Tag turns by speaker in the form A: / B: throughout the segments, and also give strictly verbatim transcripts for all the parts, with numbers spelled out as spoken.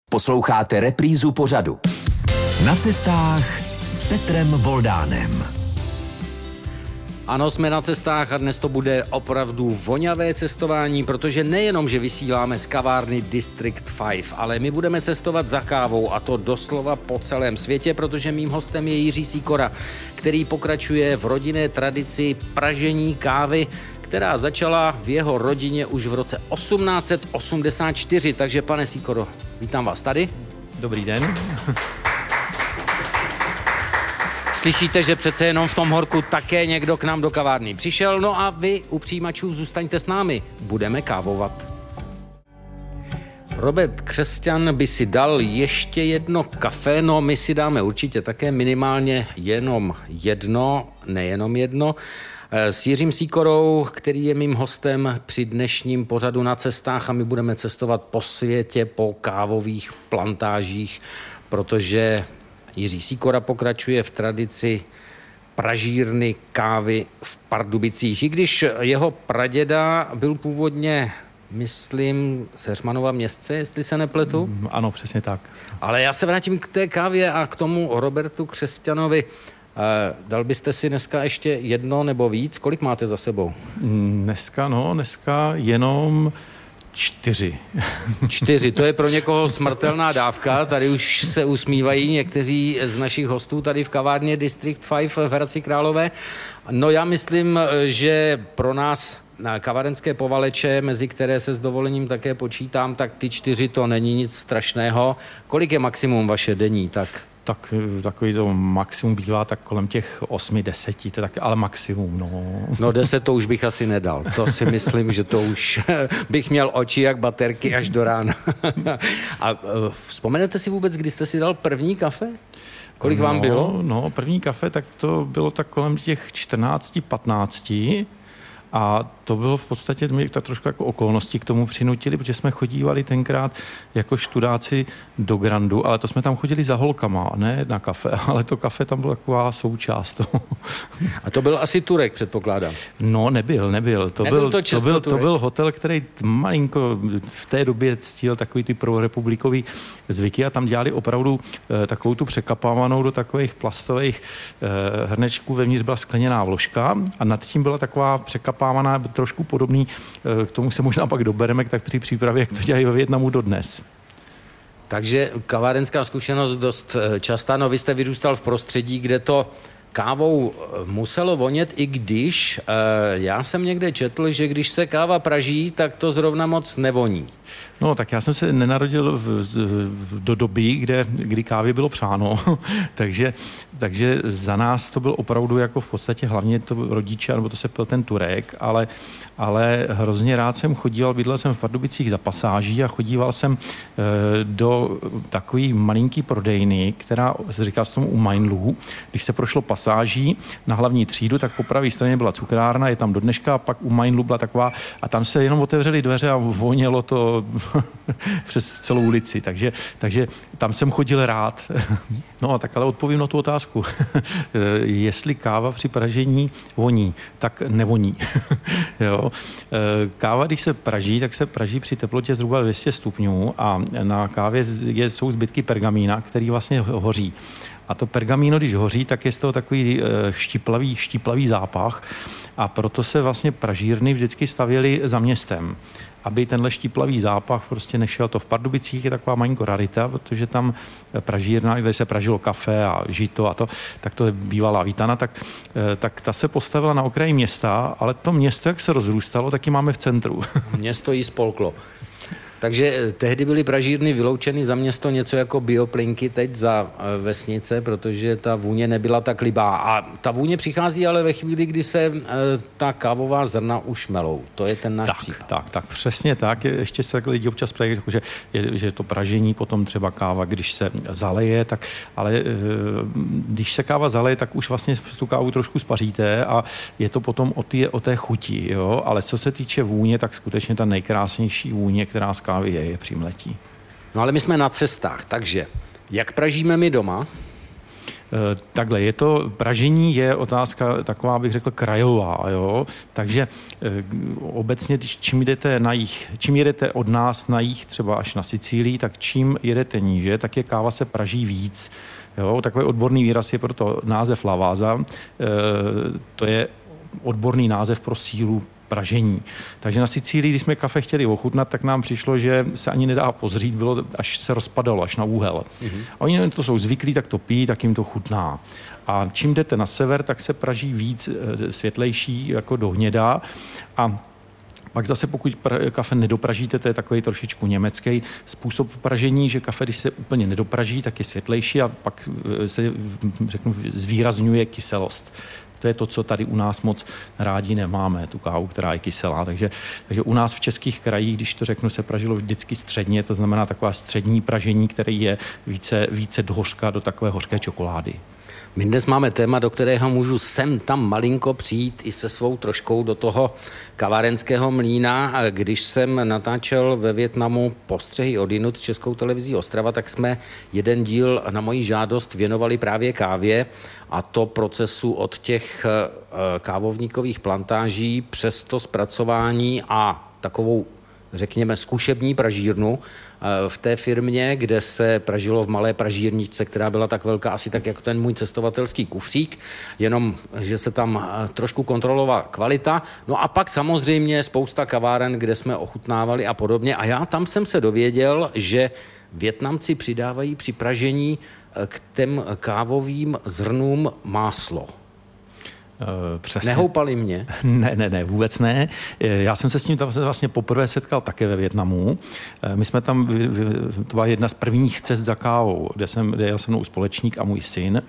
A: Posloucháte reprízu pořadu Na cestách s Petrem Voldánem.
B: Ano, jsme na cestách a dnes to bude opravdu voňavé cestování, protože nejenom, že vysíláme z kavárny District pět, ale my budeme cestovat za kávou a to doslova po celém světě, protože mým hostem je Jiří Sýkora, který pokračuje v rodinné tradici pražení kávy, která začala v jeho rodině už v roce osmnáct set osmdesát čtyři. Takže pane Sýkoro, vítám vás tady.
C: Dobrý den.
B: Slyšíte, že přece jenom v tom horku také někdo k nám do kavárny přišel, no a vy u přijímačů zůstaňte s námi, budeme kávovat. Robert Křesťan by si dal ještě jedno kafe, no my si dáme určitě také minimálně jenom jedno, nejenom jedno, s Jiřím Sýkorou, který je mým hostem při dnešním pořadu Na cestách a my budeme cestovat po světě, po kávových plantážích, protože Jiří Sýkora pokračuje v tradici pražírny kávy v Pardubicích. I když jeho praděda byl původně, myslím, z Heřmanova Městce, jestli se nepletu.
C: Ano, přesně tak.
B: Ale já se vrátím k té kávě a k tomu Robertu Křesťanovi. Dal byste si dneska ještě jedno nebo víc? Kolik máte za sebou?
C: Dneska, no, dneska jenom čtyři.
B: Čtyři, to je pro někoho smrtelná dávka. Tady už se usmívají někteří z našich hostů tady v kavárně District pět v Hradci Králové. No já myslím, že pro nás na kavárenské povaleče, mezi které se s dovolením také počítám, tak ty čtyři to není nic strašného. Kolik je maximum vaše denní? Tak
C: Tak takový to maximum bývá tak kolem těch osmi, deseti, to tak, ale maximum, no.
B: No deset to už bych asi nedal. To si myslím, že to už bych měl oči jak baterky až do rána. A vzpomenete si vůbec, kdy jste si dal první kafe? Kolik
C: no,
B: vám bylo?
C: No, první kafe, tak to bylo tak kolem těch čtrnácti, patnácti. A to bylo v podstatě, mě tak trošku jako okolnosti k tomu přinutili, protože jsme chodívali tenkrát jako študáci do Grandu, ale to jsme tam chodili za holkama, ne na kafe, ale to kafe tam byla taková součást toho.
B: A to byl asi Turek, předpokládám.
C: No, nebyl, nebyl. To,
B: nebyl
C: byl,
B: to,
C: to, byl, to byl hotel, který malinko v té době ctil takový ty prorepublikový zvyky a tam dělali opravdu e, takovou tu překapávanou do takových plastových e, hrnečků, vevnitř byla skleněná vložka a nad tím byla taková překapávaná, trošku podobný, e, k tomu se možná pak dobereme, tak při přípravě, jak to dělají ve Vietnamu dodnes.
B: Takže kavárenská zkušenost dost častá. No vy jste vyrůstal v prostředí, kde to kávou muselo vonět, i když e, já jsem někde četl, že když se káva praží, tak to zrovna moc nevoní.
C: No, tak já jsem se nenarodil v, v, do doby, kde, kdy kávě bylo přáno, takže, takže za nás to byl opravdu jako v podstatě hlavně to rodiče, nebo to se pil ten Turek, ale, ale hrozně rád jsem chodíval, bydlel jsem v Pardubicích za pasáží a chodíval jsem e, do takový malinký prodejny, která se říká s tomu u Mainlu. Když se prošlo pasáží na hlavní třídu, tak po pravé straně byla cukrárna, je tam do dneška, a pak u Mainlu byla taková, a tam se jenom otevřely dveře a vonělo to přes celou ulici, takže, takže tam jsem chodil rád. No tak ale odpovím na tu otázku. Jestli káva při pražení voní, tak nevoní. Jo. Káva, když se praží, tak se praží při teplotě zhruba dvě stě stupňů a na kávě jsou zbytky pergamína, který vlastně hoří. A to pergamíno, když hoří, tak je z toho takový štiplavý, štiplavý zápach a proto se vlastně pražírny vždycky stavěly za městem, aby tenhle štiplavý zápach prostě nešel. To v Pardubicích je taková malinko rarita, protože tam pražírna, kde se pražilo kafe a žito a to, tak to je bývalá Vítana, tak, tak ta se postavila na okraji města, ale to město, jak se rozrůstalo, taky máme v centru.
B: Město jí spolklo. Takže tehdy byly pražírny vyloučeny za město něco jako bioplynky teď za vesnice, protože ta vůně nebyla tak libá. A ta vůně přichází ale ve chvíli, kdy se ta kávová zrna už melou. To je ten náš
C: tak,
B: případ. Tak,
C: tak, přesně tak. Ještě se lidi občas ptají, že, že to pražení, potom třeba káva, když se zaleje, tak, ale když se káva zaleje, tak už vlastně tu kávu trošku spaříte a je to potom o té, o té chuti. Jo? Ale co se týče vůně, tak skutečně ta nejkrásnější vůně, která z kávy je, je při mletí.
B: No ale my jsme na cestách, takže jak pražíme my doma?
C: Takhle, je to, pražení je otázka taková, bych řekl, krajová, jo? Takže obecně, čím jdete na jih, čím jedete od nás na jih, třeba až na Sicílii, tak čím jedete níže, tak je káva se praží víc. Jo? Takový odborný výraz je proto název laváza, to je odborný název pro sílu pražení. Takže na Sicílii, když jsme kafe chtěli ochutnat, tak nám přišlo, že se ani nedá pozřít, bylo, až se rozpadalo, až na úhel. Mm-hmm. A oni to jsou zvyklí, tak to pijí, tak jim to chutná. A čím jdete na sever, tak se praží víc světlejší, jako do hněda. A pak zase, pokud pra- kafe nedopražíte, to je takový trošičku německý způsob pražení, že kafe, když se úplně nedopraží, tak je světlejší a pak se, řeknu, zvýrazňuje kyselost. To je to, co tady u nás moc rádi nemáme, tu kávu, která je kyselá. Takže, takže u nás v českých krajích, když to řeknu, se pražilo vždycky středně, to znamená taková střední pražení, který je více, více do hořka, do takové hořké čokolády.
B: My dnes máme téma, do kterého můžu sem tam malinko přijít i se svou troškou do toho kavárenského mlýna. Když jsem natáčel ve Vietnamu Postřehy odjinud Českou televizí Ostrava, tak jsme jeden díl na moji žádost věnovali právě kávě, a to procesu od těch kávovníkových plantáží přes to zpracování a takovou, řekněme, zkušební pražírnu v té firmě, kde se pražilo v malé pražírničce, která byla tak velká, asi tak jako ten můj cestovatelský kufřík, jenom, že se tam trošku kontrolovala kvalita. No a pak samozřejmě spousta kaváren, kde jsme ochutnávali a podobně. A já tam jsem se dověděl, že Vietnamci přidávají při pražení k těm kávovým zrnům máslo.
C: Přesně.
B: Nehoupali mě?
C: Ne, ne, ne, vůbec ne. Já jsem se s ním tam vlastně poprvé setkal také ve Vietnamu. My jsme tam, to byla jedna z prvních cest za kávou, kde jsem, kde jel se mnou společník a můj syn.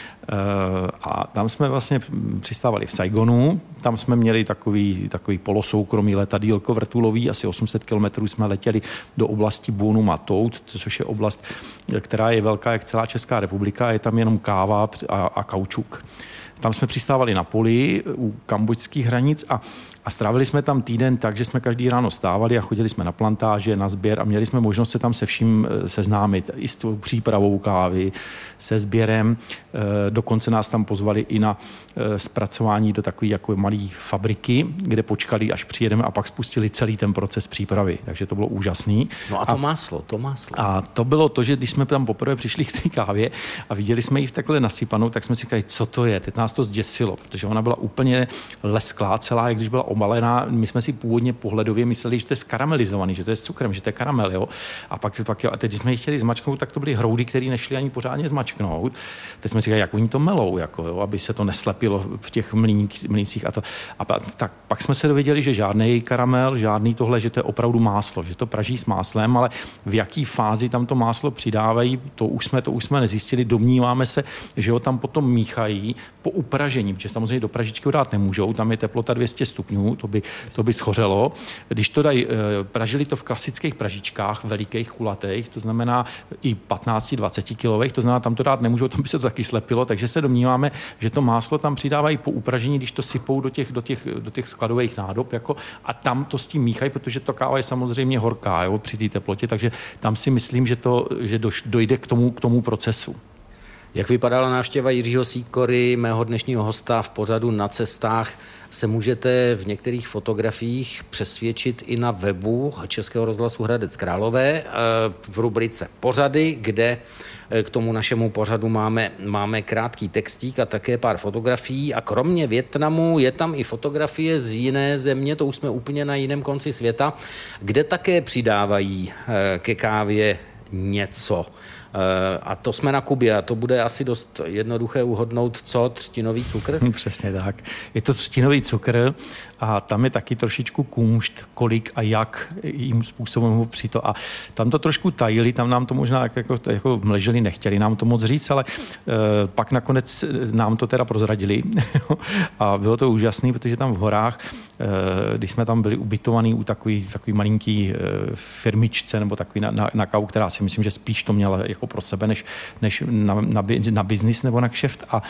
C: A tam jsme vlastně přistávali v Saigonu, tam jsme měli takový, takový polosoukromý letadýlko vrtulový, asi osm set kilometrů jsme letěli do oblasti Buonu Ma Thuot, což je oblast, která je velká jak celá Česká republika, je tam jenom káva a, a kaučuk. Tam jsme přistávali na poli u kambodžských hranic a, a strávili jsme tam týden tak, že jsme každý ráno stávali a chodili jsme na plantáže, na sběr a měli jsme možnost se tam se vším seznámit. I s tou přípravou kávy, se sběrem. Dokonce nás tam pozvali i na zpracování do takové jako malé fabriky, kde počkali, až přijedeme a pak spustili celý ten proces přípravy. Takže to bylo úžasný.
B: No a to a, máslo, to máslo.
C: A to bylo to, že když jsme tam poprvé přišli k té kávě a viděli jsme ji v takhle nasypanou, tak jsme si říkali, co to je. Teď nás to zděsilo, protože ona byla úplně lesklá celá, jak když byla obalená. My jsme si původně pohledově mysleli, že to je skaramelizovaný, že to je s cukrem, že to je karamel, jo. A pak, pak jo, a teď jsme ji chtěli zmačknout, tak to byly hroudy, které nešly ani pořádně zmačknout. Teď jsme si říkali, jak oni to melou, jako, jo, aby se to neslepilo v těch mlýncích a to. A pa, tak pak jsme se dověděli, že žádný karamel, žádný tohle, že to je opravdu máslo, že to praží s máslem, ale v jaký fázi tam to máslo přidávají, to už jsme to už jsme nezjistili. Domníváme se, že ho tam potom míchají po upražení, protože samozřejmě do pražičky ho dát nemůžou, tam je teplota dvě stě stupňů, to by, to by schořelo. Když to dají, pražili to v klasických pražičkách, velikých, kulatých, to znamená i patnáct dvacet kilových, to znamená, tam to dát nemůžou, tam by se to taky slepilo, takže se domníváme, že to máslo tam přidávají po upražení, když to sypou do těch, do těch, do těch skladových nádob, jako, a tam to s tím míchají, protože to káva je samozřejmě horká, jo, při té teplotě, takže tam si myslím, že, to, že dojde k tomu, k tomu procesu.
B: Jak vypadala návštěva Jiřího Sýkory, mého dnešního hosta v pořadu Na cestách, se můžete v některých fotografiích přesvědčit i na webu Českého rozhlasu Hradec Králové v rubrice Pořady, kde k tomu našemu pořadu máme, máme krátký textík a také pár fotografií. A kromě Vietnamu je tam i fotografie z jiné země, to už jsme úplně na jiném konci světa, kde také přidávají ke kávě něco. A to jsme na Kubě a to bude asi dost jednoduché uhodnout, co třtinový cukr?
C: Přesně tak. Je to třtinový cukr a tam je taky trošičku kůmšt, kolik a jak jim způsobem ho při to. A tam to trošku tajili, tam nám to možná jako, jako mležili, nechtěli nám to moc říct, ale uh, pak nakonec nám to teda prozradili a bylo to úžasné, protože tam v horách, uh, když jsme tam byli ubytovaní u takový, takový malinký uh, firmičce nebo takový na, na, na kávu, která si myslím, že spíš to měla jako pro sebe, než, než na, na, na biznis nebo na kšeft. A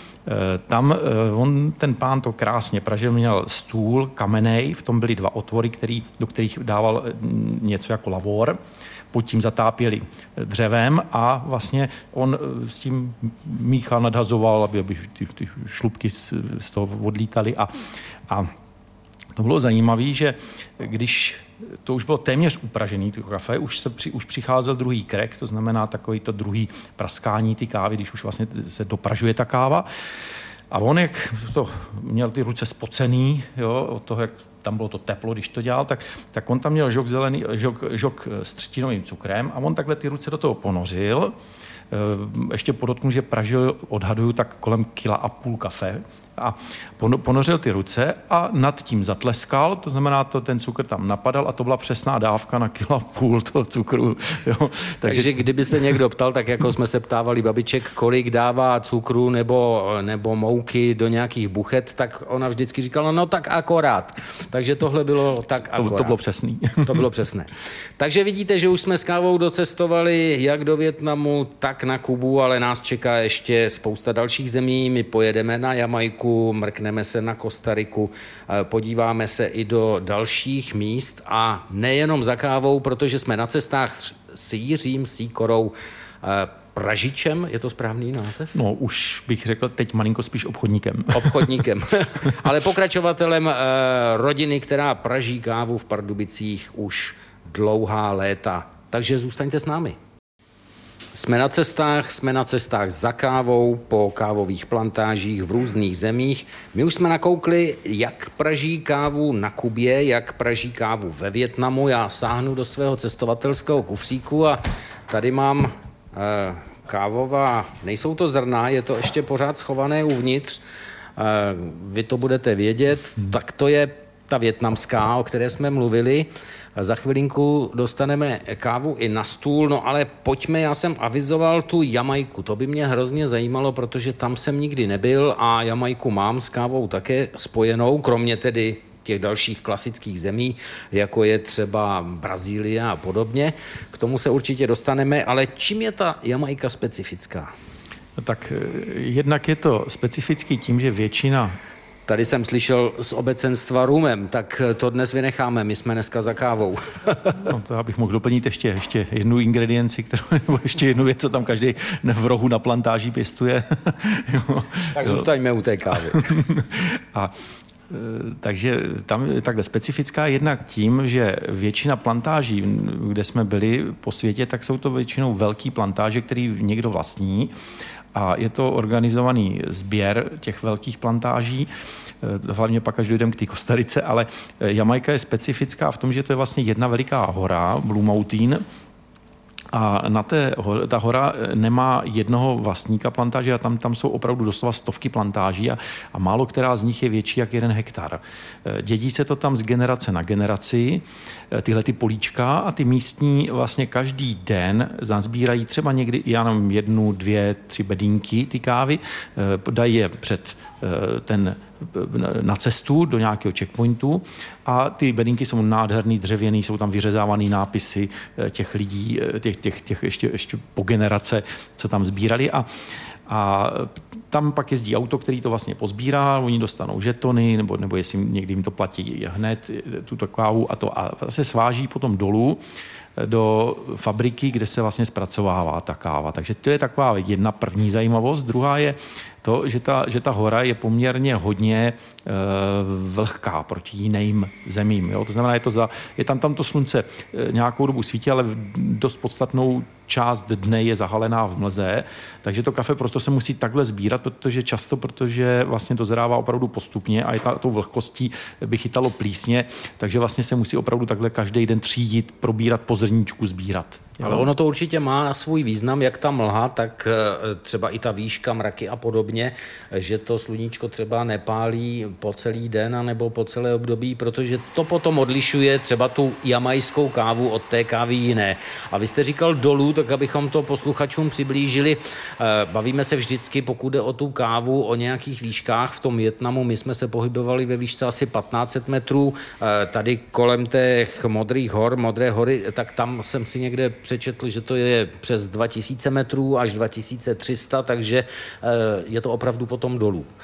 C: tam on, ten pán to krásně pražil, měl stůl kamenej, v tom byly dva otvory, který, do kterých dával něco jako lavor. pod tím zatápěli dřevem a vlastně on s tím míchal, nadhazoval, aby, aby ty, ty šlupky z, z toho odlítaly a, a to bylo zajímavé, že když to už bylo téměř upražený, to kafe, už, se při, už přicházel druhý krek, to znamená takový to druhý praskání ty kávy, když už vlastně se dopražuje ta káva. A on, jak to měl ty ruce spocený, jo, od toho, jak tam bylo to teplo, když to dělal, tak, tak on tam měl žok, zelený, žok, žok s třtinovým cukrem a on takhle ty ruce do toho ponořil. Ještě podotknu, že pražil, odhaduju, tak kolem kila a půl kafe a ponořil ty ruce a nad tím zatleskal, to znamená, to ten cukr tam napadal a to byla přesná dávka na kilo a půl toho cukru. Jo.
B: Takže, Takže kdyby se někdo ptal, tak jako jsme se ptávali babiček, kolik dává cukru nebo, nebo mouky do nějakých buchet, tak ona vždycky říkala, no tak akorát. Takže tohle bylo tak akorát.
C: To, to bylo přesný.
B: To bylo přesné. Takže vidíte, že už jsme s kávou docestovali jak do Vietnamu, tak na Kubu, ale nás čeká ještě spousta dalších zemí. My pojedeme na Jamajku, mrkneme se na Kostariku, podíváme se i do dalších míst a nejenom za kávou, protože jsme na cestách s Jiřím Sýkorou, pražičem, je to správný název?
C: No, už bych řekl teď malinko spíš obchodníkem.
B: Obchodníkem, ale pokračovatelem eh, rodiny, která praží kávu v Pardubicích už dlouhá léta. Takže zůstaňte s námi. Jsme na cestách, jsme na cestách za kávou, po kávových plantážích v různých zemích. My už jsme nakoukli, jak praží kávu na Kubě, jak praží kávu ve Vietnamu. Já sáhnu do svého cestovatelského kufříku a tady mám eh, kávová, nejsou to zrna, je to ještě pořád schované uvnitř. Eh, vy to budete vědět, tak to je ta vietnamská, o které jsme mluvili. Za chvilinku dostaneme kávu i na stůl, no ale pojďme, já jsem avizoval tu Jamajku, to by mě hrozně zajímalo, protože tam jsem nikdy nebyl a Jamajku mám s kávou také spojenou, kromě tedy těch dalších klasických zemí, jako je třeba Brazílie a podobně. K tomu se určitě dostaneme, ale čím je ta Jamajka specifická?
C: Tak jednak je to specifický tím, že většina...
B: Tady jsem slyšel z obecenstva rumem, tak to dnes vynecháme, my jsme dneska za kávou.
C: No to abych mohl doplnit ještě, ještě jednu ingredienci, kterou, nebo ještě jednu věc, co tam každý v rohu na plantáži pěstuje.
B: Tak zůstaňme u té kávy.
C: A takže tam je takhle specifická jednak tím, že většina plantáží, kde jsme byli po světě, tak jsou to většinou velký plantáže, který někdo vlastní. A je to organizovaný sběr těch velkých plantáží, hlavně pak, až dojdeme k té Kostarice, ale Jamajka je specifická v tom, že to je vlastně jedna veliká hora, Blue Mountain, a na té, ta hora nemá jednoho vlastníka plantáže a tam, tam jsou opravdu doslova stovky plantáží a, a málo která z nich je větší jak jeden hektar. Dědí se to tam z generace na generaci, tyhle ty políčka a ty místní vlastně každý den nazbírají třeba někdy, já nevím, jednu, dvě, tři bedínky ty kávy, dají je před ten na cestu do nějakého checkpointu a ty bedínky jsou nádherný, dřevěný, jsou tam vyřezávaný nápisy těch lidí, těch, těch, těch ještě, ještě po generace, co tam sbírali a A tam pak jezdí auto, který to vlastně pozbírá, oni dostanou žetony, nebo, nebo jestli někdy jim to platí hned, tuto kávu a to a se sváží potom dolů do fabriky, kde se vlastně zpracovává ta káva. Takže to je taková jedna první zajímavost. Druhá je to, že ta, že ta hora je poměrně hodně e, vlhká proti jiným zemím. Jo? To znamená, je, to za, je tam, tam to slunce e, nějakou dobu svítí, ale dost podstatnou část dne je zahalená v mlze, takže to kafe proto se musí takhle sbírat, protože často, protože vlastně to zrává opravdu postupně a je ta, tou vlhkostí by chytalo plísně, takže vlastně se musí opravdu takhle každý den třídit, probírat po zrníčku, sbírat.
B: Ale ono to určitě má svůj význam, jak ta mlha, tak třeba i ta výška, mraky a podobně, že to sluníčko třeba nepálí po celý den anebo po celé období, protože to potom odlišuje třeba tu jamajskou kávu od té kávy jiné. A vy jste říkal dolů, tak abychom to posluchačům přiblížili. Bavíme se vždycky, pokud jde o tu kávu, o nějakých výškách. V tom Vietnamu my jsme se pohybovali ve výšce asi patnáct set metrů. Tady kolem těch modrých hor, modré hory, tak tam jsem si někde přečetl, že to je přes dva tisíce metrů až dva tisíce tři sta, takže je to opravdu potom dolů.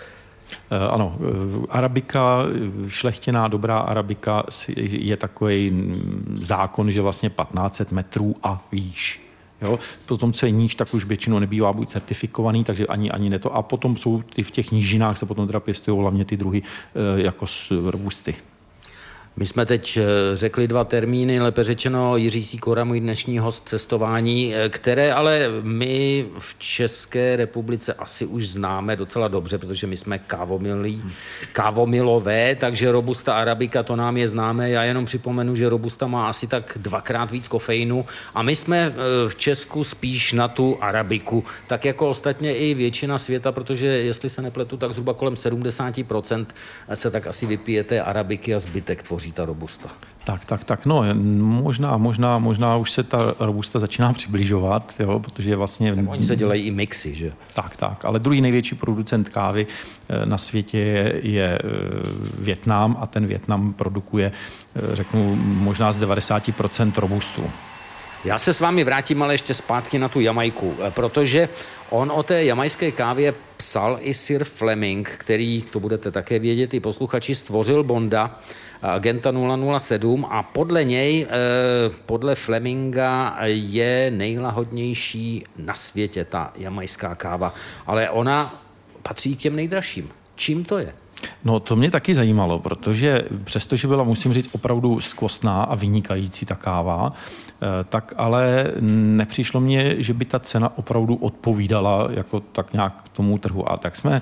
C: Ano, arabika, šlechtěná dobrá arabika je takový zákon, že vlastně patnáct set metrů a výš. Jo? Potom, co je níž, tak už většinou nebývá buď certifikovaný, takže ani, ani ne to. A potom jsou ty v těch nížinách se potom teda pěstují hlavně ty druhy jako robusty.
B: My jsme teď řekli dva termíny, lépe řečeno Jiří Sýkora, můj dnešní host cestování, které ale my v České republice asi už známe docela dobře, protože my jsme kávomilí, kávomilové, takže Robusta Arabica, to nám je známé. Já jenom připomenu, že Robusta má asi tak dvakrát víc kofeinu a my jsme v Česku spíš na tu Arabiku, tak jako ostatně i většina světa, protože jestli se nepletu, tak zhruba kolem sedmdesát procent se tak asi vypije té Arabiky a zbytek tvoří ta Robusta.
C: Tak, tak, tak, no, možná, možná, možná už se ta Robusta začíná přibližovat, jo, protože vlastně...
B: Tak oni se dělají i mixy, že?
C: Tak, tak, ale druhý největší producent kávy na světě je, je Vietnam a ten Vietnam produkuje, řeknu, možná z devadesát procent Robustu.
B: Já se s vámi vrátím ale ještě zpátky na tu Jamajku, protože on o té jamajské kávě psal i Sir Fleming, který, to budete také vědět, i posluchači, stvořil Bonda, agenta nula nula sedm a podle něj, podle Fleminga je nejlahodnější na světě ta jamajská káva, ale ona patří k těm nejdražším. Čím to je?
C: No to mě taky zajímalo, protože přestože byla, musím říct, opravdu skvostná a vynikající ta káva, tak ale nepřišlo mně, že by ta cena opravdu odpovídala jako tak nějak k tomu trhu. A tak jsme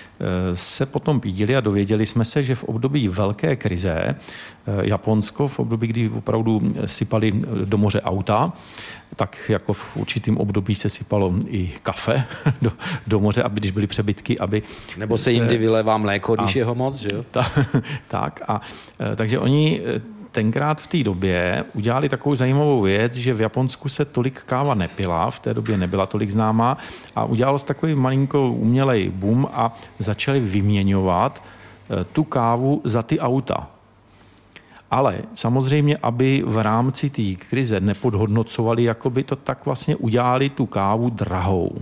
C: se potom pídili a dověděli jsme se, že v období velké krize Japonsko, v období, kdy opravdu sypali do moře auta, tak jako v určitým období se sypalo i kafe do, do moře, aby když byly přebytky, aby...
B: Nebo se, se jindy vylévá mléko, když a, je ho moc, že jo?
C: Ta, tak a takže oni tenkrát v té době udělali takovou zajímavou věc, že v Japonsku se tolik káva nepila, v té době nebyla tolik známá a udělalo se takový malinko umělej boom a začali vyměňovat tu kávu za ty auta. Ale samozřejmě, aby v rámci té krize nepodhodnocovali, jako by to tak vlastně udělali tu kávu drahou.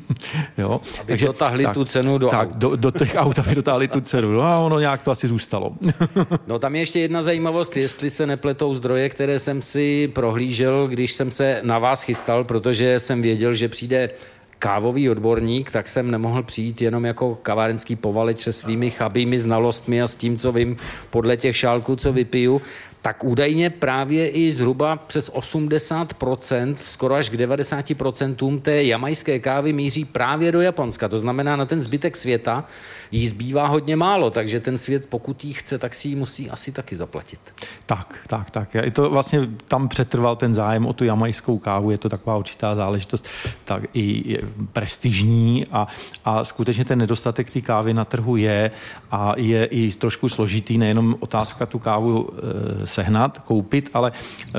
C: Jo?
B: Aby Takže, dotáhli tak, tu cenu do
C: tak,
B: aut.
C: Do, do těch aut, aby dotáhli tu cenu. No a ono nějak to asi zůstalo.
B: No tam je ještě jedna zajímavost, jestli se nepletou zdroje, které jsem si prohlížel, když jsem se na vás chystal, protože jsem věděl, že přijde kávový odborník, tak jsem nemohl přijít jenom jako kavárenský povaleč se svými chabými znalostmi a s tím, co vím podle těch šálků, co vypiju. Tak údajně právě i zhruba přes osmdesát procent, skoro až k devadesát procent té jamajské kávy míří právě do Japonska. To znamená, na ten zbytek světa jí zbývá hodně málo, takže ten svět, pokud jí chce, tak si ji musí asi taky zaplatit.
C: Tak, tak, tak. Je to vlastně tam přetrval ten zájem o tu jamajskou kávu, je to taková určitá záležitost, tak i prestižní a, a skutečně ten nedostatek té kávy na trhu je a je i trošku složitý, nejenom otázka tu kávu e, sehnat, koupit, ale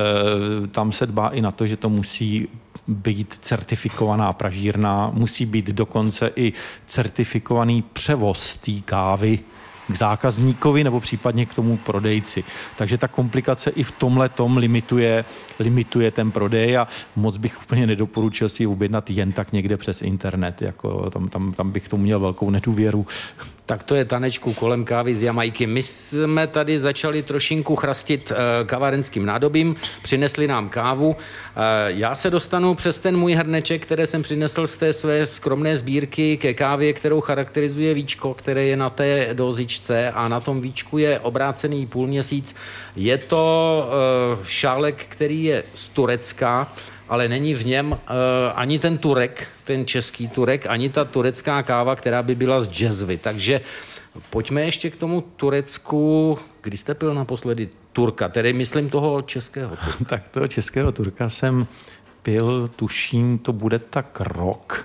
C: e, tam se dbá i na to, že to musí být certifikovaná pražírna, musí být dokonce i certifikovaný převoz té kávy k zákazníkovi nebo případně k tomu prodejci. Takže ta komplikace i v tomhle tom limituje, limituje ten prodej a moc bych úplně nedoporučil si ji objednat jen tak někde přes internet. Jako tam, tam, tam bych tomu měl velkou nedůvěru.
B: Tak to je tanečku kolem kávy z Jamajky. My jsme tady začali trošinku chrastit e, kavárenským nádobím, přinesli nám kávu. E, já se dostanu přes ten můj hrneček, který jsem přinesl z té své skromné sbírky ke kávě, kterou charakterizuje víčko, které je na té dozičce a na tom víčku je obrácený půlměsíc. Je to e, šálek, který je z Turecka, ale není v něm uh, ani ten Turek, ten český Turek, ani ta turecká káva, která by byla z džezvy. Takže pojďme ještě k tomu Turecku. Kdy jste pil naposledy Turka, tedy myslím toho českého Turka?
C: Tak toho českého Turka jsem pil, tuším, to bude tak rok.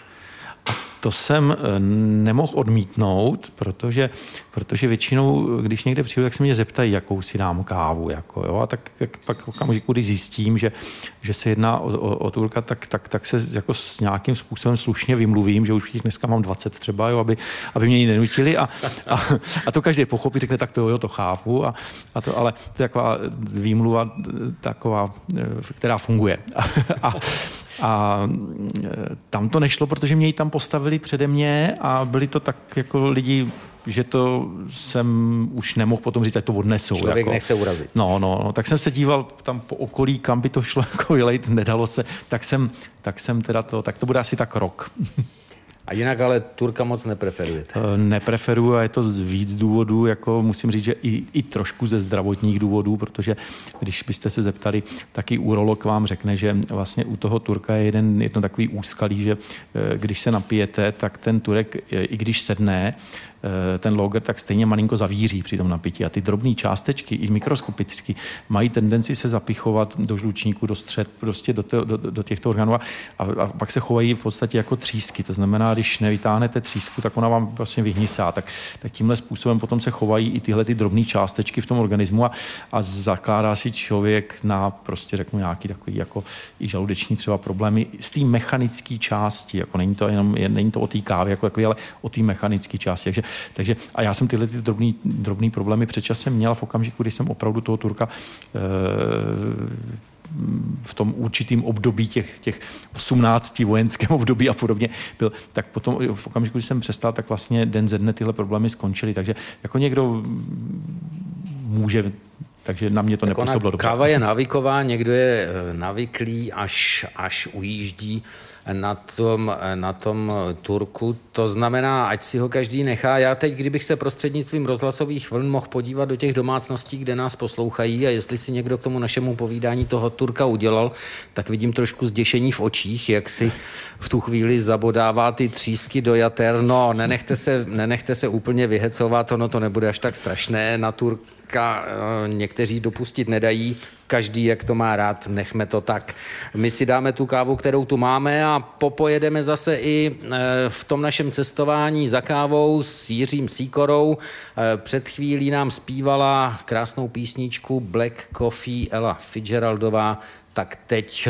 C: To jsem nemohl odmítnout, protože, protože většinou, když někde přijdu, tak se mě zeptají, jakou si dám kávu. Jako, jo? A tak, tak pak okamžiku, když zjistím, že, že se jedná o, o, o Turka, tak, tak, tak se jako s nějakým způsobem slušně vymluvím, že už jich dneska mám dvacet třeba, jo? Aby, aby mě ji nenutili. A, a, a to každý pochopí, řekne, tak to jo, to chápu. A, a to, ale to je taková výmluva, taková, která funguje. A, a, A tam to nešlo, protože mě ji tam postavili přede mě a byli to tak jako lidi že to jsem už nemohl potom říct, ať to odnesou.
B: Člověk
C: jako.
B: nechce urazit.
C: No, no, no, tak jsem se díval tam po okolí, kam by to šlo jako vylejt, nedalo se, tak jsem, tak jsem teda to, tak to bude asi tak rok.
B: A jinak ale Turka moc nepreferujete?
C: Nepreferuji a je to z víc důvodů, jako musím říct, že i, i trošku ze zdravotních důvodů, protože když byste se zeptali, taky urolog vám řekne, že vlastně u toho Turka je jeden, jedno takový úskalí, že když se napijete, tak ten Turek, i když sedne, ten lager, tak stejně malinko zavíří při tom napití. A ty drobné částečky, i mikroskopicky, mají tendenci se zapichovat do žlučníku, do střed, prostě do, te, do, do těchto orgánů a, a pak se chovají v podstatě jako třísky. To znamená, když nevytáhnete třísku, tak ona vám vlastně vyhnysá. Tak, tak tímhle způsobem potom se chovají i tyhle ty drobné částečky v tom organismu a, a zakládá si člověk na prostě řeknu nějaký takový jako i žaludeční třeba problémy z té mechanické části. Jako není to jenom, není to o té kávě, jako, jako, ale o té mechanické části. Takže Takže, a já jsem tyhle ty drobný, drobný problémy před časem měl v okamžiku, kdy jsem opravdu toho Turka e, v tom určitým období těch, těch osmnácti vojenském období a podobně byl, tak potom v okamžiku, kdy jsem přestal, tak vlastně den ze dne tyhle problémy skončily. Takže jako někdo může, takže na mě to tak nepůsobilo dobře.
B: Káva je návyková, někdo je navyklý, až, až ujíždí na tom, na tom Turku. To znamená, ať si ho každý nechá. Já teď, kdybych se prostřednictvím rozhlasových vln mohl podívat do těch domácností, kde nás poslouchají a jestli si někdo k tomu našemu povídání toho Turka udělal, tak vidím trošku zděšení v očích, jak si v tu chvíli zabodává ty třísky do jater. No, nenechte se, nenechte se úplně vyhecovat, ono to nebude až tak strašné. Na Turka někteří dopustit nedají. Každý, jak to má rád, nechme to tak. My si dáme tu kávu, kterou tu máme a popojedeme zase i v tom našem cestování za kávou s Jiřím Sýkorou. Před chvílí nám zpívala krásnou písničku Black Coffee Ella Fitzgeraldová, tak teď,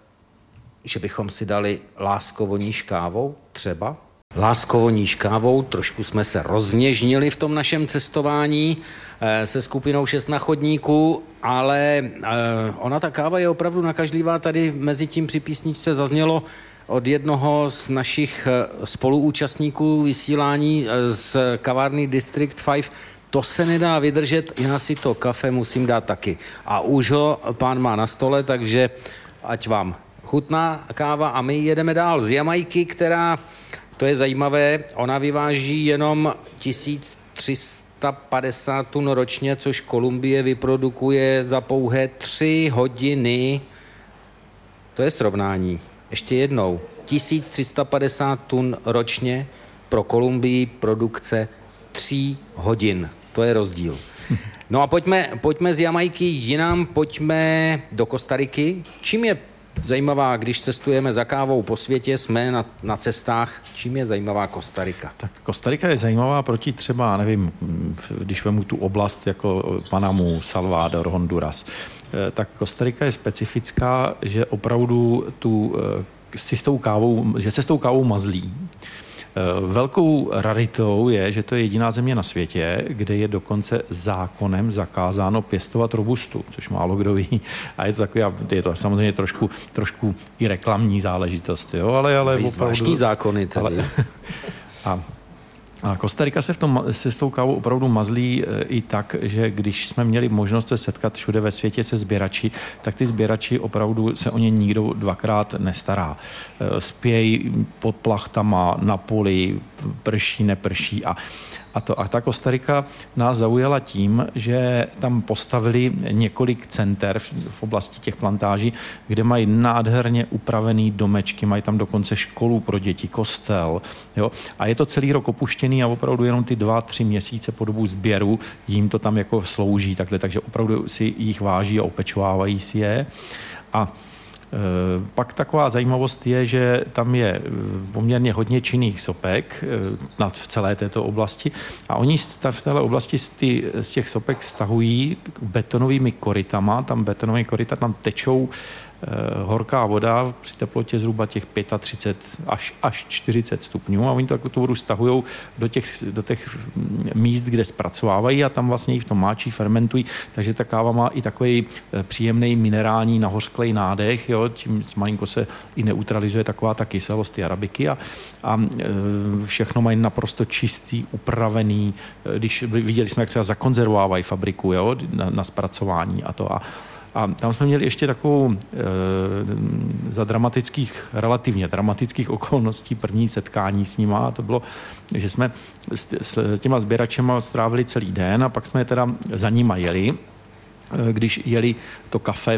B: že bychom si dali Láskovoní s kávou třeba. Láskovoní s kávou, trošku jsme se rozněžnili v tom našem cestování se skupinou šest na chodníku, ale ona ta káva je opravdu nakažlivá. Tady mezi tím při písničce zaznělo od jednoho z našich spoluúčastníků vysílání z kavárny District pět. To se nedá vydržet, já si to kafe musím dát taky. A už ho pán má na stole, takže ať vám chutná káva a my jedeme dál z Jamajky, která, to je zajímavé, ona vyváží jenom tisíc tři sta padesát tun ročně, což Kolumbie vyprodukuje za pouhé tři hodiny. To je srovnání. Ještě jednou. tisíc tři sta padesát tun ročně, pro Kolumbii produkce tří hodin. To je rozdíl. No a pojďme, pojďme z Jamajky jinam, pojďme do Kostariky. Čím je zajímavá, když cestujeme za kávou po světě, jsme na, na cestách, čím je zajímavá Kostarika?
C: Tak Kostarika je zajímavá proti třeba, nevím, když vemu tu oblast jako Panamu, Salvador, Honduras, tak Kostarika je specifická, že opravdu tu, si s tou kávou, že se s tou kávou mazlí. Velkou raritou je, že to je jediná země na světě, kde je dokonce zákonem zakázáno pěstovat robustu, což málo kdo ví. A je to takový, je to samozřejmě trošku, trošku i reklamní záležitost, jo, ale, ale
B: opravdu... Zvláštní zákony tady. Ale,
C: a A Kostarika se, v tom, se s tou kávou opravdu mazlí i tak, že když jsme měli možnost se setkat všude ve světě se sběrači, tak ty sběrači opravdu se o ně nikdo dvakrát nestará. Spějí pod plachtama, na poli, prší, neprší a A, to, a ta Kostarika nás zaujala tím, že tam postavili několik center v, v oblasti těch plantáží, kde mají nádherně upravený domečky, mají tam dokonce školu pro děti, kostel. Jo? A je to celý rok opuštěný a opravdu jenom ty dva, tři měsíce po dobu sběru jim to tam jako slouží takhle, takže opravdu si jich váží a opečovávají si je. A pak taková zajímavost je, že tam je poměrně hodně činných sopek v celé této oblasti a oni v této oblasti z, ty, z těch sopek stahují betonovými korytama, tam betonové koryta tam tečou horká voda při teplotě zhruba těch třicet pět až, až čtyřicet stupňů a oni to, tu vodu stahujou do těch, do těch míst, kde zpracovávají a tam vlastně i v tom máčí, fermentují, takže ta káva má i takový příjemný minerální nahořklej nádech, jo, tím malinko se i neutralizuje taková ta kyselost ty arabiky a, a všechno mají naprosto čistý, upravený, když viděli jsme, jak třeba zakonzervovávají fabriku, jo, na, na zpracování a to a A tam jsme měli ještě takovou e, za dramatických, relativně dramatických okolností první setkání s nima. A to bylo, že jsme s, s těma sběračema strávili celý den a pak jsme teda za nima jeli. Když jeli to kafe,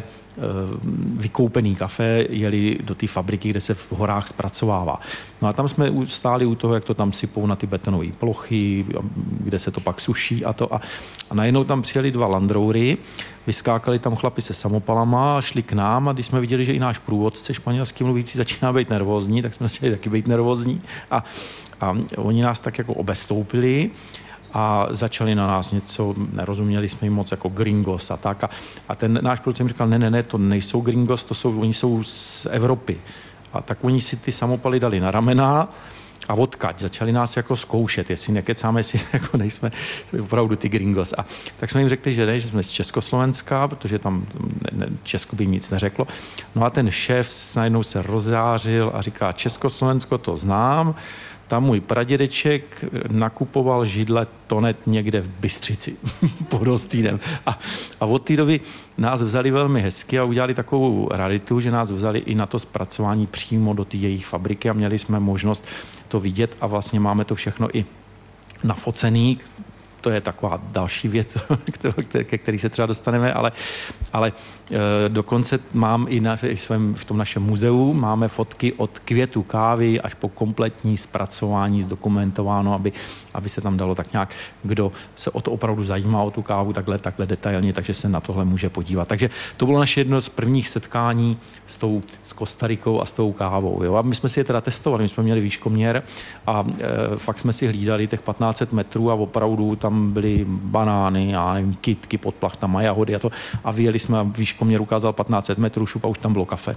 C: vykoupený kafe, jeli do té fabriky, kde se v horách zpracovává. No a tam jsme stáli u toho, jak to tam sypou na ty betonové plochy, kde se to pak suší a to. A, a najednou tam přijeli dva Land Rovery, vyskákali tam chlapi se samopalama a šli k nám a když jsme viděli, že i náš průvodce španělský mluvící začíná být nervózní, tak jsme začali taky být nervózní a, a oni nás tak jako obestoupili a začali na nás něco, nerozuměli jsme jim moc jako gringos a tak. A, a ten náš producent říkal, ne, ne, ne, to nejsou gringos, to jsou, oni jsou z Evropy. A tak oni si ty samopaly dali na ramena a odkaď. Začali nás jako zkoušet, jestli nekecáme, jestli jako nejsme opravdu ty gringos. A tak jsme jim řekli, že ne, že jsme z Československa, protože tam ne, Česko by jim nic neřeklo. No a ten šéf najednou se rozzářil a říká, Československo to znám, tam můj pradědeček nakupoval židle Tonet někde v Bystřici po dost týden. A, a od té doby nás vzali velmi hezky a udělali takovou raritu, že nás vzali i na to zpracování přímo do té jejich fabriky a měli jsme možnost to vidět a vlastně máme to všechno i nafocený. To je taková další věc, ke který se třeba dostaneme, ale, ale e, dokonce mám i na, svém, v tom našem muzeu máme fotky od květu kávy až po kompletní zpracování zdokumentováno, aby, aby se tam dalo tak nějak, kdo se o to opravdu zajímá, o tu kávu takhle, takhle detailně, takže se na tohle může podívat. Takže to bylo naše jedno z prvních setkání s tou s Kostarikou a s tou kávou. Jo? A my jsme si je teda testovali, my jsme měli výškoměr a e, fakt jsme si hlídali těch patnáct set metrů a opravdu tam byly banány, já nevím, kytky pod plachtama, jahody a to. A vyjeli jsme a výškoměr ukázal patnáct set metrů šup a už tam bylo kafe.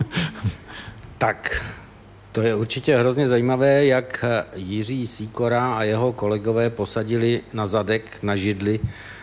B: Tak, to je určitě hrozně zajímavé, jak Jiří Sýkora a jeho kolegové posadili na zadek, na židli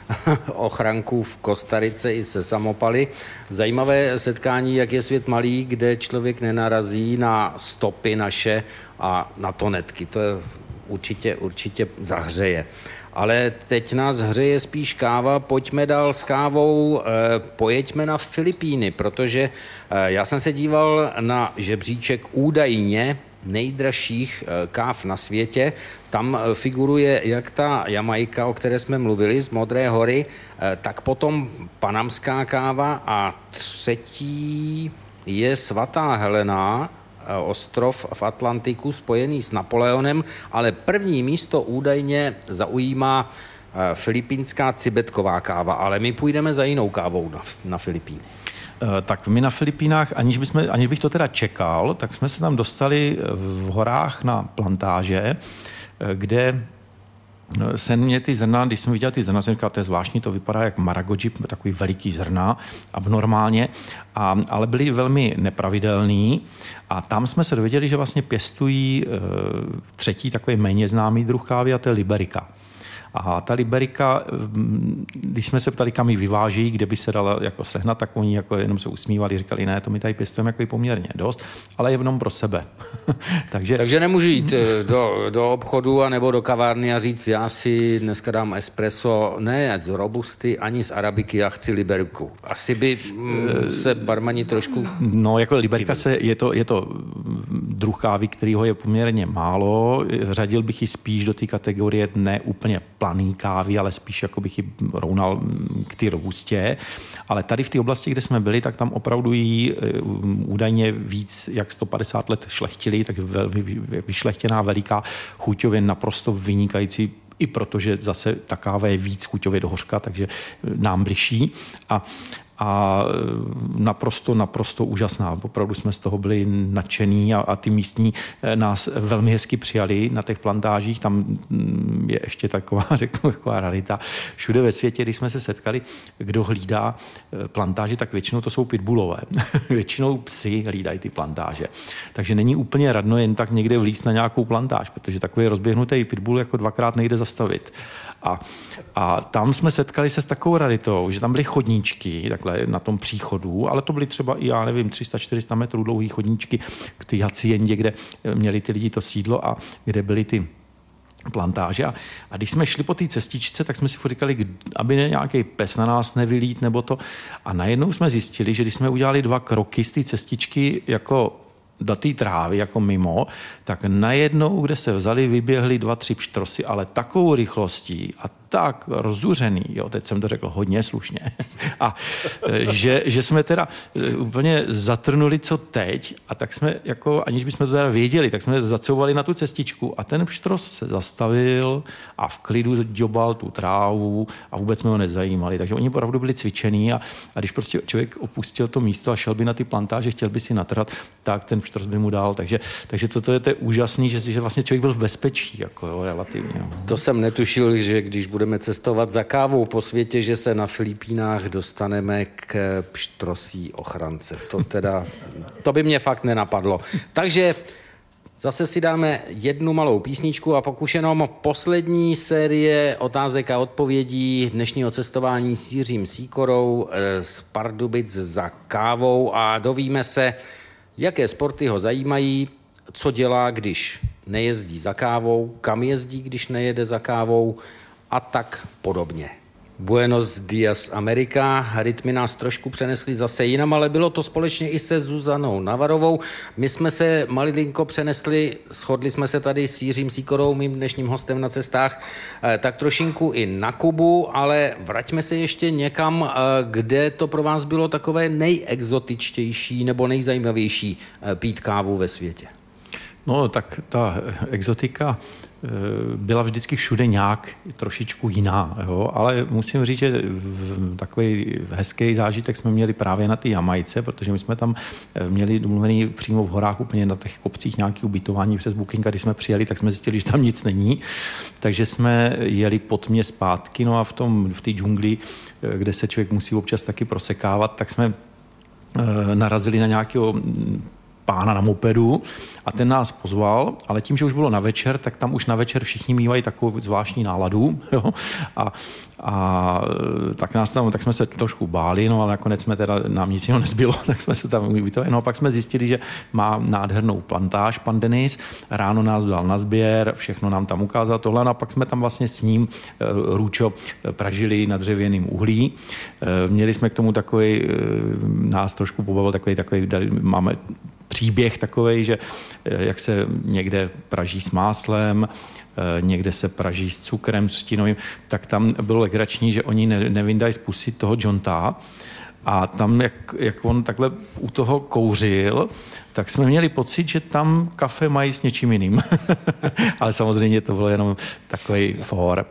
B: ochranku v Kostarice i se samopaly. Zajímavé setkání, jak je svět malý, kde člověk nenarazí na stopy naše a na tonetky. To je určitě, určitě zahřeje. Ale teď nás hřeje spíš káva, pojďme dál s kávou, pojeďme na Filipíny, protože já jsem se díval na žebříček údajně nejdražších káv na světě. Tam figuruje jak ta Jamajka, o které jsme mluvili, z Modré hory, tak potom panamská káva a třetí je Svatá Helena, ostrov v Atlantiku spojený s Napoleonem, ale první místo údajně zaujímá filipínská cibetková káva, ale my půjdeme za jinou kávou na, na Filipíny.
C: Tak my na Filipínách, aniž, bychom, aniž bych to teda čekal, tak jsme se tam dostali v horách na plantáže, kde se mě ty zrna, když jsem viděl ty zrna, jsem říkal, to je zvláštní, to vypadá jak maragoji, takový veliký zrna, abnormálně, a, ale byly velmi nepravidelný a tam jsme se dověděli, že vlastně pěstují e, třetí takový méně známý druh kávy a to je Liberika. A ta Liberika, když jsme se ptali, kam ji vyváží, kde by se dala jako sehnat, tak oni jako jenom se usmívali, říkali, ne, to my tady pěstujeme jako poměrně dost, ale jenom pro sebe. Takže...
B: Takže nemůžu jít do, do obchodu a nebo do kavárny a říct, já si dneska dám espresso, ne z robusty, ani z arabiky, já chci Liberiku. Asi by se barmani trošku...
C: No, jako Liberika se, je to, je to druh kávy, kterýho je poměrně málo. Řadil bych ji spíš do té kategorie ne úplně planý kávy, ale spíš jako bych ji rovnal k ty robustě. Ale tady v té oblasti, kde jsme byli, tak tam opravdu jí údajně víc jak sto padesát let šlechtili, takže vyšlechtěná veliká, chuťově naprosto vynikající, i protože zase ta káva je víc chuťově do hořka, takže nám bližší. A a naprosto, naprosto úžasná. Opravdu jsme z toho byli nadšení a, a ty místní nás velmi hezky přijali na těch plantážích. Tam je ještě taková, řeknu, taková rarita. Všude ve světě, když jsme se setkali, kdo hlídá plantáže, tak většinou to jsou pitbullové. Většinou psy hlídají ty plantáže. Takže není úplně radno jen tak někde vlízt na nějakou plantáž, protože takový rozběhnutý pitbull jako dvakrát nejde zastavit. A, a tam jsme setkali se s takovou raritou, že tam byly chodníčky takhle na tom příchodu, ale to byly třeba i, já nevím, tři sta čtyři sta metrů dlouhý chodníčky k ty haciendě, kde měli ty lidi to sídlo a kde byly ty plantáže. A, a když jsme šli po té cestičce, tak jsme si říkali, aby nějaký pes na nás nevylít nebo to. A najednou jsme zjistili, že když jsme udělali dva kroky z té cestičky jako do té trávy, jako mimo, tak najednou, kde se vzali, vyběhli dva, tři pštrosy, ale takovou rychlostí a tak rozuřený, jo, teď jsem to řekl hodně slušně, a že, že jsme teda úplně zatrnuli, co teď, a tak jsme, jako, aniž bychom to teda věděli, tak jsme zacouvali na tu cestičku a ten pštros se zastavil a v klidu džobal tu trávu a vůbec jsme ho nezajímali, takže oni opravdu byli cvičení a, a když prostě člověk opustil to místo a šel by na ty plantáže, chtěl by si natrhat, tak ten pštros by mu dal, takže, takže toto je to úžasný, že, že vlastně člověk byl v bezpečí, jako jo, relativně. Jo.
B: To jsem netušil, že když budeme cestovat za kávou po světě, že se na Filipínách dostaneme k pštrosí ochrance. To teda, to by mě fakt nenapadlo. Takže zase si dáme jednu malou písničku a pokud jenom poslední série otázek a odpovědí dnešního cestování s Jiřím Sýkorou z Pardubic za kávou a dovíme se, jaké sporty ho zajímají, co dělá, když nejezdí za kávou, kam jezdí, když nejede za kávou a tak podobně. Buenos dias Amerika, rytmy nás trošku přenesly zase jinam, ale bylo to společně i se Zuzanou Navarovou. My jsme se malilinko přenesli, shodli jsme se tady s Jiřím Sýkorou, mým dnešním hostem na cestách, tak trošinku i na Kubu, ale vraťme se ještě někam, kde to pro vás bylo takové nejexotičtější nebo nejzajímavější pít kávu ve světě.
C: No, tak ta exotika byla vždycky všude nějak trošičku jiná, jo? Ale musím říct, že takový hezký zážitek jsme měli právě na té Jamajce, protože my jsme tam měli domluvený přímo v horách úplně na těch kopcích nějaké ubytování přes Booking a když jsme přijeli, tak jsme zjistili, že tam nic není, takže jsme jeli pod mě zpátky, no a v tom, v té džungli, kde se člověk musí občas taky prosekávat, tak jsme narazili na nějakého pána na mopedu a ten nás pozval, ale tím, že už bylo na večer, tak tam už na večer všichni mývají takovou zvláštní náladu, jo? A, a tak nás tam, tak jsme se trošku báli, no ale nakonec jsme teda, nám nic jiného nezbylo, tak jsme se tam uvítovali. No a pak jsme zjistili, že má nádhernou plantáž pan Denis, ráno nás dal na sběr, všechno nám tam ukázal tohle, no a pak jsme tam vlastně s ním růčo pražili na dřevěném uhlí. Měli jsme k tomu takový, nás trošku pobavil takový, takový, máme příběh takovej, že jak se někde praží s máslem, někde se praží s cukrem třtinovým, tak tam bylo legrační, že oni nevyndají z pusy toho džonta a tam, jak, jak on takhle u toho kouřil, tak jsme měli pocit, že tam kafe mají s něčím jiným. Ale samozřejmě to bylo jenom takový for.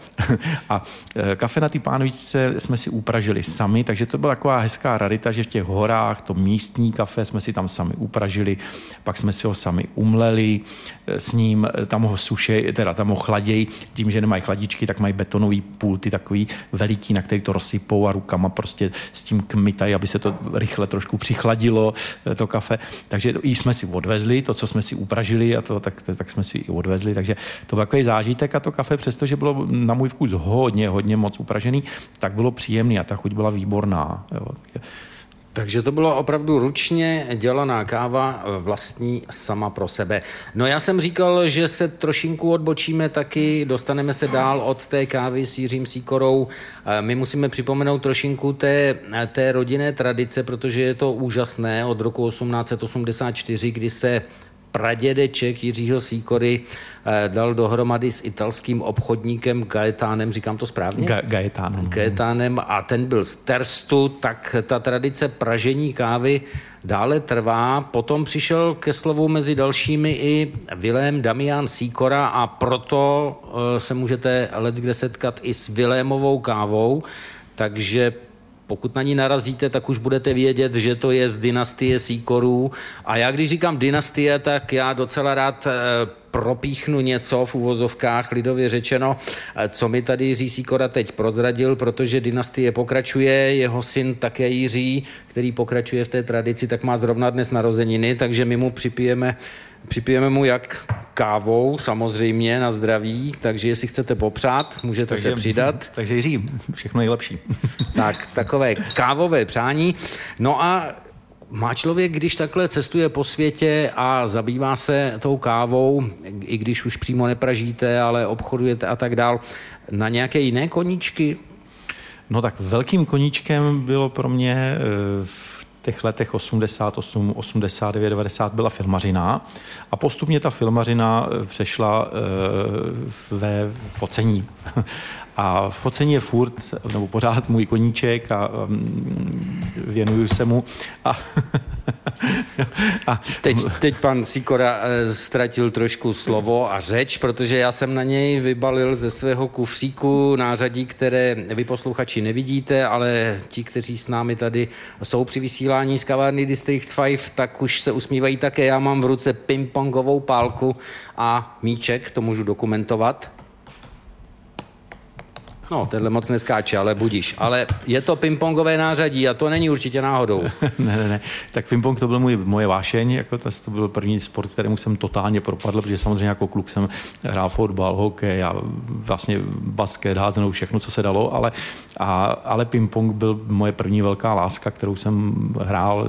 C: A kafe na té pánvičce jsme si upražili sami, takže to byla taková hezká rarita, že v těch horách to místní kafe jsme si tam sami upražili, pak jsme si ho sami umleli s ním, tam ho sušej, teda tam ho chladějí, tím, že nemají chladičky, tak mají betonový pulty takový veliký, na který to rozsypou a rukama prostě s tím kmitají, aby se to rychle trošku přichladilo, to kafe. Takže i jsme si odvezli, to, co jsme si upražili, a to, tak, tak jsme si i odvezli, takže to byl takový zážitek a to kafe, přestože bylo na můj vkus hodně, hodně moc upražený, tak bylo příjemný a ta chuť byla výborná. Jo.
B: Takže to bylo opravdu ručně dělaná káva vlastní sama pro sebe. No já jsem říkal, že se trošinku odbočíme taky, dostaneme se dál od té kávy s Jiřím Sýkorou. My musíme připomenout trošinku té, té rodinné tradice, protože je to úžasné od roku osmnáct set osmdesát čtyři, kdy se pradědeček Jiřího Sýkory dal dohromady s italským obchodníkem Gaetánem, říkám to správně?
C: Ga- Gaetánem.
B: Gaetánem a ten byl z Terstu, tak ta tradice pražení kávy dále trvá. Potom přišel ke slovu mezi dalšími i Vilém Damián Sýkora a proto se můžete leckde setkat i s Vilémovou kávou, takže pokud na ní narazíte, tak už budete vědět, že to je z dynastie Sýkorů. A já když říkám dynastie, tak já docela rád propíchnu něco v uvozovkách, lidově řečeno, co mi tady Jiří Sýkora teď prozradil, protože dynastie pokračuje, jeho syn také Jiří, který pokračuje v té tradici, tak má zrovna dnes narozeniny, takže my mu připijeme, připijeme mu jak kávou, samozřejmě na zdraví, takže jestli chcete popřát, můžete takže, se přidat.
C: Takže Jiří, všechno nejlepší.
B: Tak, takové kávové přání. No a má člověk, když takhle cestuje po světě a zabývá se tou kávou, i když už přímo nepražíte, ale obchodujete a tak dál, na nějaké jiné koníčky?
C: No tak velkým koníčkem bylo pro mě v těch letech osmdesát osm, osmdesát devět, devadesát byla filmařina a postupně ta filmařina přešla ve focení. A focení je furt, nebo pořád můj koníček a um, věnuju se mu. A,
B: a teď, teď pan Sýkora ztratil trošku slovo a řeč, protože já jsem na něj vybalil ze svého kufříku nářadí, které vy posluchači nevidíte, ale ti, kteří s námi tady jsou při vysílání z kavárny District pět, tak už se usmívají také. Já mám v ruce pingpongovou pálku a míček, to můžu dokumentovat. No, tenhle moc neskáče, ale budíš. Ale je to pingpongové nářadí a to není určitě náhodou.
C: ne, ne, ne. Tak pingpong to byl můj, moje vášeň, jako to, to byl první sport, kterému jsem totálně propadl, protože samozřejmě jako kluk jsem hrál fotbal, hokej a vlastně basket, házenou, všechno, co se dalo, ale, a, ale pingpong byl moje první velká láska, kterou jsem hrál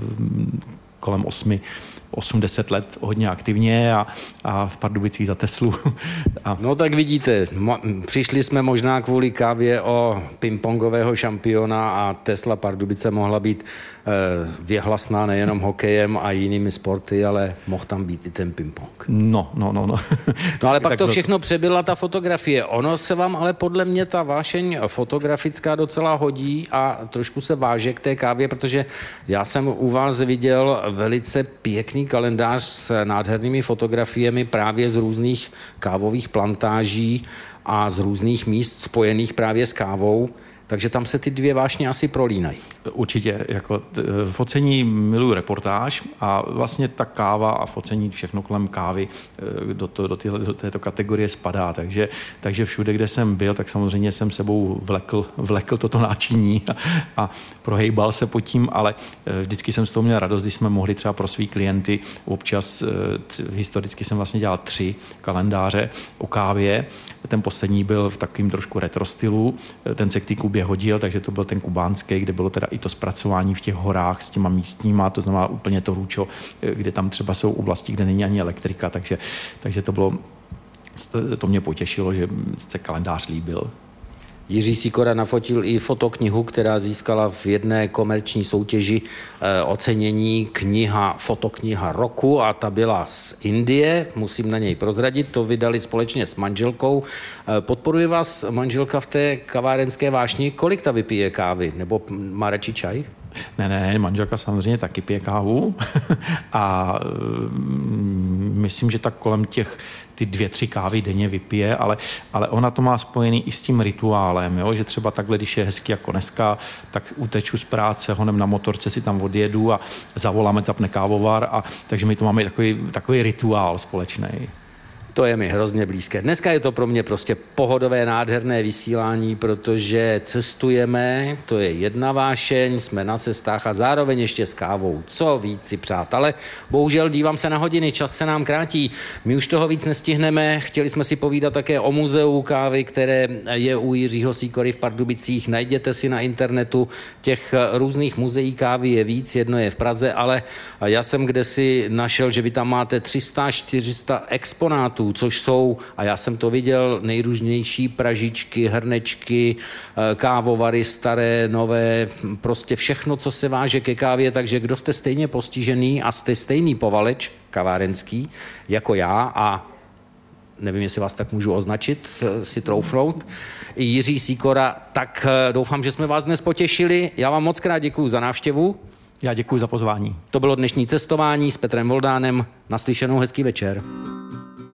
C: kolem osmi, osm deset let hodně aktivně a, a v Pardubicích za Teslu. A...
B: No tak vidíte, mo- přišli jsme možná kvůli kávě o pingpongového šampiona a Tesla Pardubice mohla být eh, věhlasná nejenom hokejem a jinými sporty, ale mohl tam být i ten pingpong.
C: No, no, no. No,
B: no ale pak to všechno přebyla ta fotografie. Ono se vám ale podle mě ta vášeň fotografická docela hodí a trošku se váže k té kávě, protože já jsem u vás viděl velice pěkný kalendář s nádhernými fotografiemi právě z různých kávových plantáží a z různých míst spojených právě s kávou, takže tam se ty dvě vášně asi prolínají.
C: Určitě, jako t- focení miluju reportáž a vlastně ta káva a focení všechno kolem kávy do, to, do, tyhle, do této kategorie spadá, takže, takže všude, kde jsem byl, tak samozřejmě jsem sebou vlekl, vlekl toto náčiní a, a prohejbal se pod tím, ale vždycky jsem z toho měl radost, když jsme mohli třeba pro svý klienty občas, t- historicky jsem vlastně dělal tři kalendáře o kávě, ten poslední byl v takovým trošku retro stylu, ten se k té Kubě hodil, takže to byl ten kubánský, kde bylo teda i to zpracování v těch horách s těma místníma, to znamená úplně to růčo, kde tam třeba jsou oblasti, kde není ani elektrika, takže, takže to bylo, to mě potěšilo, že se kalendář líbil.
B: Jiří Sýkora nafotil i fotoknihu, která získala v jedné komerční soutěži e, ocenění kniha, fotokniha roku a ta byla z Indie, musím na něj prozradit, to vydali společně s manželkou. E, podporuje vás manželka v té kavárenské vášni? Kolik ta vypije kávy? Nebo má radši čaj?
C: Ne, ne, manželka samozřejmě taky pije kávu a um, myslím, že tak kolem těch ty dvě, tři kávy denně vypije, ale, ale ona to má spojený i s tím rituálem, jo? Že třeba takhle, když je hezky jako dneska, tak uteču z práce, honem na motorce si tam odjedu a zavoláme, zapne kávovar a takže my to máme takový, takový rituál společný.
B: To je mi hrozně blízké. Dneska je to pro mě prostě pohodové, nádherné vysílání, protože cestujeme, to je jedna vášeň, jsme na cestách a zároveň ještě s kávou. Co víc si přát, ale bohužel dívám se na hodiny, čas se nám krátí. My už toho víc nestihneme, chtěli jsme si povídat také o muzeu kávy, které je u Jiřího Sýkory v Pardubicích. Najděte si na internetu, těch různých muzeí kávy je víc, jedno je v Praze, ale já jsem kdesi našel, že vy tam máte tři sta čtyři sta exponátů, což jsou, a já jsem to viděl, nejrůznější pražičky, hrnečky, kávovary staré, nové, prostě všechno, co se váže ke kávě, takže kdo jste stejně postižený a jste stejný povaleč kavárenský jako já a nevím, jestli vás tak můžu označit, si troufnout, i Jiří Sýkora, tak doufám, že jsme vás dnes potěšili. Já vám moc krát děkuju za návštěvu.
C: Já děkuji za pozvání.
B: To bylo dnešní cestování s Petrem Voldánem. Naslyšenou, hezký večer.